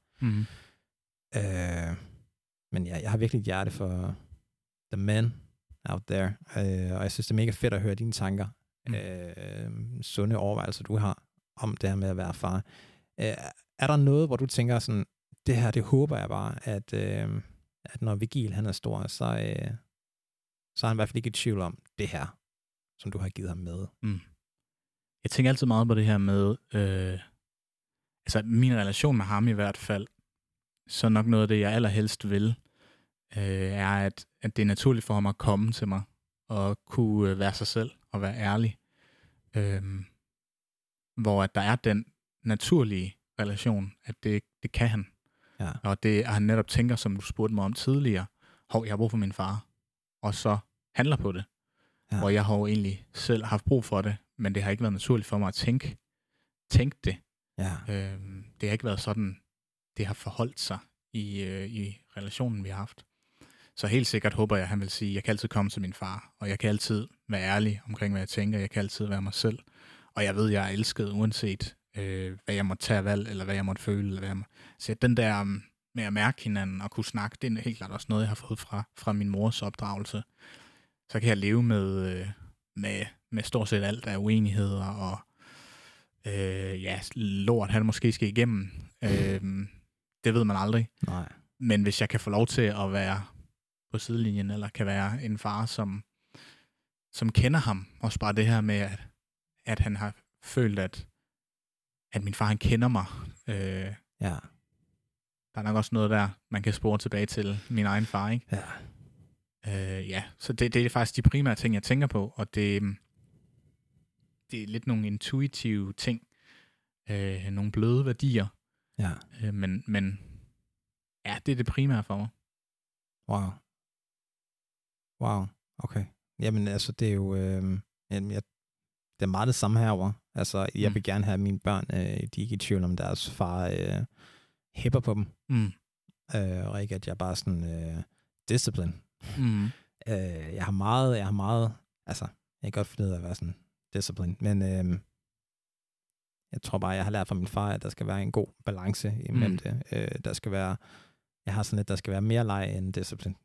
Men jeg har virkelig et hjerte for the men out there. Og jeg synes, det er mega fedt at høre dine tanker. Sunde overvejelser, du har om det her med at være far. Er der noget, hvor du tænker sådan, det her, det håber jeg bare, at når Vigil, han er stor, så er han i hvert fald ikke i tvivl om det her, som du har givet ham med. Jeg tænker altid meget på det her med, altså min relation med ham i hvert fald, så nok noget af det, jeg allerhelst vil, er, at det er naturligt for ham at komme til mig, og kunne være sig selv, og være ærlig. Hvor at der er den naturlige relation, at det kan han. Ja. Og det er han netop tænker, som du spurgte mig om tidligere, jeg har brug for min far, og så handler på det. Ja. Hvor jeg har jo egentlig selv haft brug for det, men det har ikke været naturligt for mig at tænke det. Ja. Det har ikke været sådan, det har forholdt sig i relationen, vi har haft. Så helt sikkert håber jeg, at han vil sige, at jeg kan altid komme til min far, og jeg kan altid være ærlig omkring, hvad jeg tænker, jeg kan altid være mig selv. Og jeg ved, at jeg er elsket, uanset hvad jeg måtte tage valg, eller hvad jeg måtte føle. Eller hvad jeg Så den der med at mærke hinanden og kunne snakke, det er helt klart også noget, jeg har fået fra min mors opdragelse. Så kan jeg leve med stort set alt af uenigheder, og lort, han måske skal igennem. Det ved man aldrig. Nej. Men hvis jeg kan få lov til at være på sidelinjen, eller kan være en far, som kender ham, også bare det her med, at han har følt, at min far, han kender mig. Ja. Der er nok også noget der, man kan spore tilbage til min egen far, ikke? Ja. Så det er faktisk de primære ting, jeg tænker på, og det er lidt nogle intuitive ting, nogle bløde værdier, men ja, det er det primære for mig. Wow, okay. Jamen altså, det er jo, det er meget det samme herovre. Altså, jeg vil gerne have mine børn, de er ikke i tvivl om deres far hæpper på dem. Og ikke at jeg bare sådan discipline. Jeg har meget, altså, jeg kan godt finde ud af at være sådan discipline, men jeg tror bare, jeg har lært fra min far, at der skal være en god balance imellem det. Der skal være, jeg har sådan lidt, der skal være mere leg end discipline.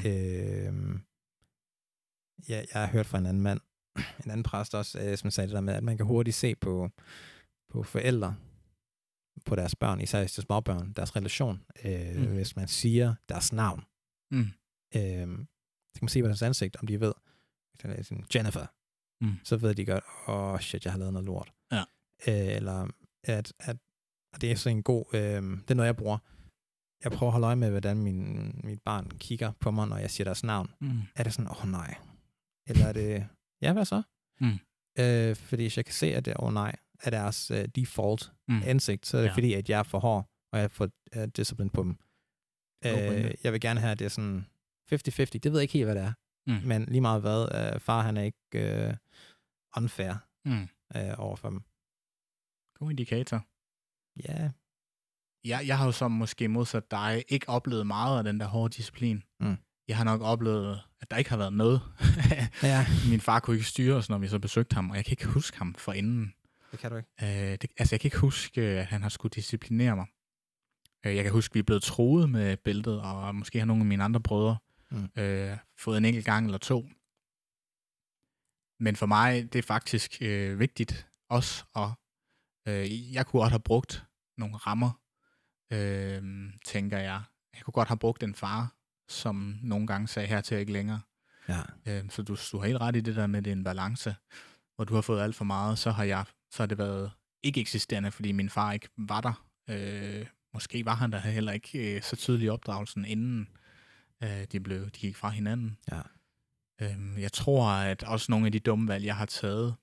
Jeg har hørt fra en anden præst også, som sagde det der med, at man kan hurtigt se på forældre, på deres børn, især til småbørn, deres relation, hvis man siger deres navn. Så kan man se på deres ansigt, om de ved, Jennifer, så ved de godt, shit, jeg har lavet noget lort. Ja. Eller at det er så en god, det er noget, jeg bruger. Jeg prøver at holde øje med, hvordan mit barn kigger på mig, når jeg siger deres navn. Er det sådan, nej. Eller er det, ja, hvad så? Fordi hvis jeg kan se, at det, nej, er deres default ansigt, så er det fordi, at jeg er for hård, og jeg får disciplin på dem. Jeg vil gerne have, at det er sådan 50-50. Det ved jeg ikke helt, hvad det er. Men lige meget hvad, far han er ikke unfair over for dem. God indikator. Ja. Jeg har jo så måske modsat dig ikke oplevet meget af den der hårde disciplin. Jeg har nok oplevet, at der ikke har været noget. Min far kunne ikke styre os, når vi så besøgte ham, og jeg kan ikke huske ham forinden. Det kan du ikke? Jeg kan ikke huske, at han har skulle disciplinere mig. Jeg kan huske, at vi er blevet truet med bæltet, og måske har nogle af mine andre brødre fået en enkelt gang eller to. Men for mig, det er faktisk vigtigt også, og jeg kunne godt have brugt nogle rammer, tænker jeg. Jeg kunne godt have brugt en far, som nogle gange sagde her til ikke længere. Så du har helt ret i det der med, det er en balance, hvor du har fået alt for meget, så har det været ikke eksisterende, fordi min far ikke var der. Måske var han der heller ikke så tydelig i opdragelsen, inden de gik fra hinanden. Jeg tror, at også nogle af de dumme valg, jeg har taget,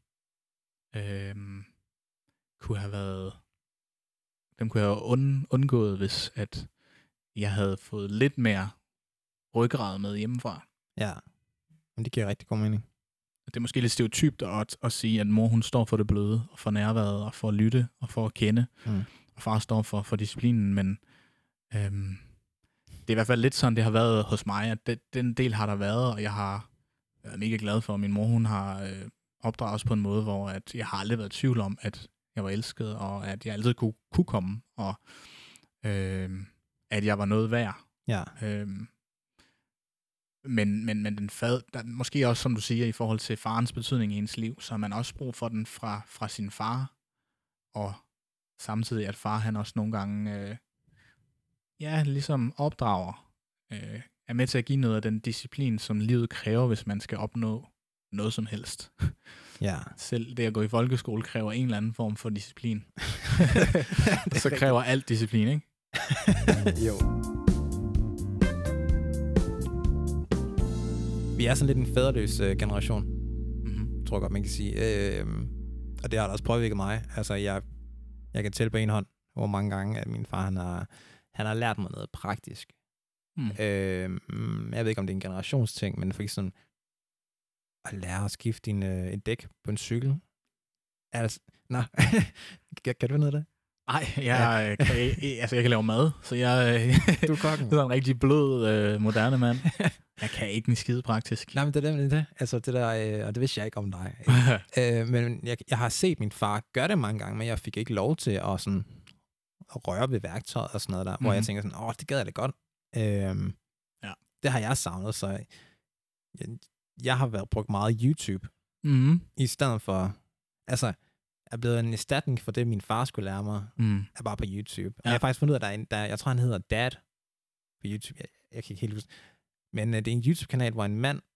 kunne have undgået, hvis at jeg havde fået lidt mere ryggrad med hjemmefra. Ja, men det giver rigtig god mening. Det er måske lidt stereotypt at sige, at mor hun står for det bløde, og for nærværet, og for at lytte, og for at kende, og far står for disciplinen, men det er i hvert fald lidt sådan, det har været hos mig, at den del har der været, og jeg har været mega glad for, at min mor hun har opdraget os på en måde, hvor at jeg har aldrig været i tvivl om, at jeg var elsket, og at jeg altid kunne komme, og at jeg var noget værd. Men den der, måske også, som du siger, i forhold til farens betydning i ens liv, så har man også brug for den fra sin far, og samtidig at far han også nogle gange ligesom opdrager, er med til at give noget af den disciplin, som livet kræver, hvis man skal opnå noget som helst. Selv det at gå i folkeskole kræver en eller anden form for disciplin. Så kræver alt disciplin, ikke? Jo. Vi er sådan lidt en faderløs generation, tror jeg godt, man kan sige. Og det har da også påvirket mig. Altså, jeg kan tælle på en hånd, hvor mange gange, at min far, han har lært mig noget praktisk. Jeg ved ikke, om det er en generationsting, men for eksempel at lære at skifte et dæk på en cykel. Altså, kan du noget af det? Nej, jeg kan lave mad, så jeg du er kokken. Det er en rigtig blød, moderne mand. Jeg kan ikke en skide praktisk. Nej, men det er det. Altså det der, og det vidste jeg ikke om dig. Men jeg har set min far gøre det mange gange, men jeg fik ikke lov til at sådan røre ved værktøjet og sådan noget der, hvor jeg tænker sådan, det gad jeg da godt. Det har jeg savnet, så jeg har brugt meget YouTube, i stedet for, altså, er blevet en erstatning for det, min far skulle lære mig, er bare på YouTube. Og jeg har faktisk fundet ud af, at jeg tror, han hedder Dad på YouTube. Jeg kan ikke helt huske. Men det er en YouTube-kanal, hvor en mand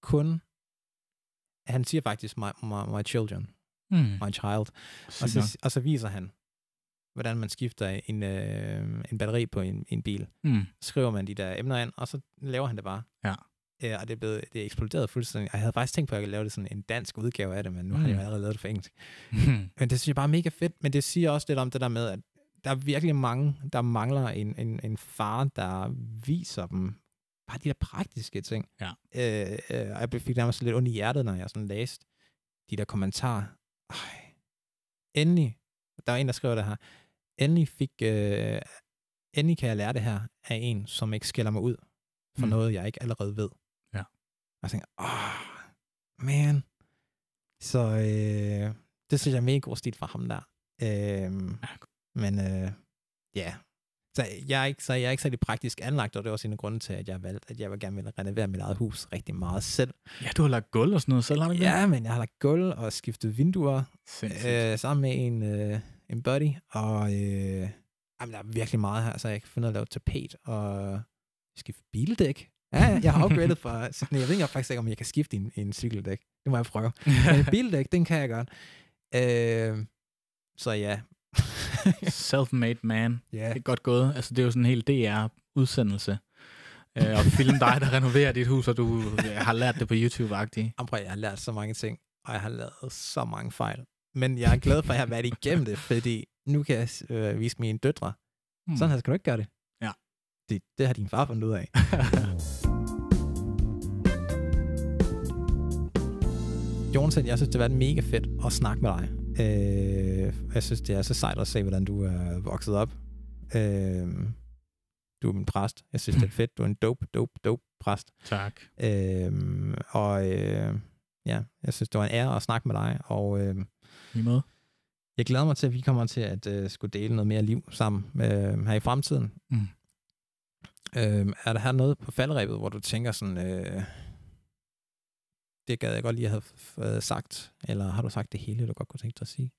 han siger faktisk, my children, my child. Og så viser han, hvordan man skifter en batteri på en bil. Så skriver man de der emner ind, og så laver han det bare. Og det er eksploderet fuldstændig. Jeg havde faktisk tænkt på, at jeg ville lave det sådan en dansk udgave af det, men nu har jeg jo allerede lavet det for engelsk. Men det synes jeg bare er mega fedt, men det siger også lidt om det der med, at der er virkelig mange, der mangler en far, der viser dem bare de der praktiske ting. Ja. Jeg fik nærmest lidt ondt i hjertet, når jeg sådan læste de der kommentarer. Endelig, der var en, der skrev det her, endelig kan jeg lære det her af en, som ikke skælder mig ud for noget, jeg ikke allerede ved. Ja. Og jeg tænker, man. Så det synes jeg er mega god stil fra ham der. Men ja. Så jeg er ikke særlig praktisk anlagt, og det er også en af grunden til, at jeg valgte, at jeg gerne ville renovere mit eget hus rigtig meget selv. Ja, du har lagt gulv og sådan noget selv, har du ikke? Ja, men jeg har lagt gulv og skiftet vinduer sammen med en buddy, og der er virkelig meget her, så jeg kan finde ud af at lave tapet og skifte bildæk. Ja, jeg har upgradet fra... Jeg ved faktisk ikke, om jeg kan skifte en cykeldæk. Det må jeg prøve. Men bildæk, den kan jeg godt. Så ja. Self-made man. Yeah. Det er godt gået. Altså, det er jo sådan en hel DR-udsendelse. Og film dig, der renoverer dit hus, og du har lært det på YouTube-agtigt. Jeg har lært så mange ting, og jeg har lavet så mange fejl. Men jeg er glad for, at jeg har været igennem det, fordi nu kan jeg vise mine døtre. Sådan her skal du ikke gøre det. Ja. Det har din far fundet ud af. Jonsen, jeg synes, det har været mega fedt at snakke med dig. Jeg synes, det er så sejt at se, hvordan du er vokset op. Du er min præst. Jeg synes, det er fedt. Du er en dope præst. Tak. Ja, jeg synes, det var en ære at snakke med dig. Og i måde. Jeg glæder mig til, at vi kommer til at skulle dele noget mere liv sammen her i fremtiden. Er der her noget på falderebet, hvor du tænker sådan, det gad jeg godt lige have sagt, eller har du sagt det hele, du godt kunne tænke dig at sige?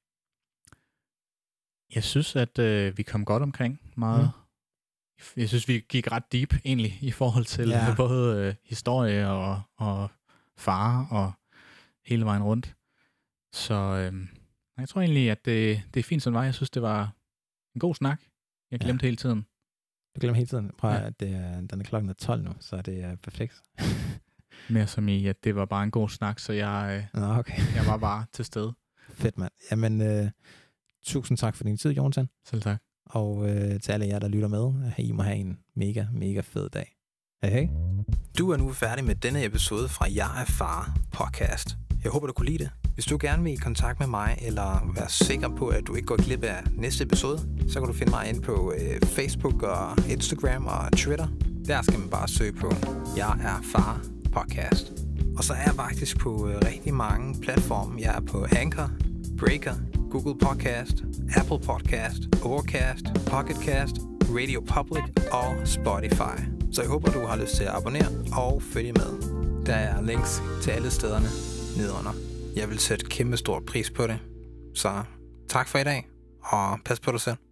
Jeg synes, at vi kom godt omkring meget. Jeg synes, vi gik ret deep egentlig i forhold til både historie og far og hele vejen rundt. Så jeg tror egentlig, at det er fint som var. Jeg synes, det var en god snak. Jeg glemte hele tiden. Du glemte hele tiden? Prøv at den er klokken 12 nu, så det er perfekt. Mere som i, at det var bare en god snak, så jeg var bare til stede. Fedt, mand. Jamen, tusind tak for din tid, Jonsen. Selv tak. Og til alle jer, der lytter med, I må have en mega, mega fed dag. Hej. Du er nu færdig med denne episode fra Jeg er Far podcast. Jeg håber, du kunne lide det. Hvis du gerne vil i kontakt med mig, eller være sikker på, at du ikke går glip af næste episode, så kan du finde mig inde på Facebook og Instagram og Twitter. Der skal man bare søge på Jeg er Far podcast. Og så er jeg faktisk på rigtig mange platforme. Jeg er på Anchor, Breaker, Google Podcast, Apple Podcast, Overcast, Pocketcast, Radio Public og Spotify. Så jeg håber, du har lyst til at abonnere og følge med. Der er links til alle stederne nedenunder. Jeg vil sætte kæmpe stor pris på det. Så tak for i dag, og pas på dig selv.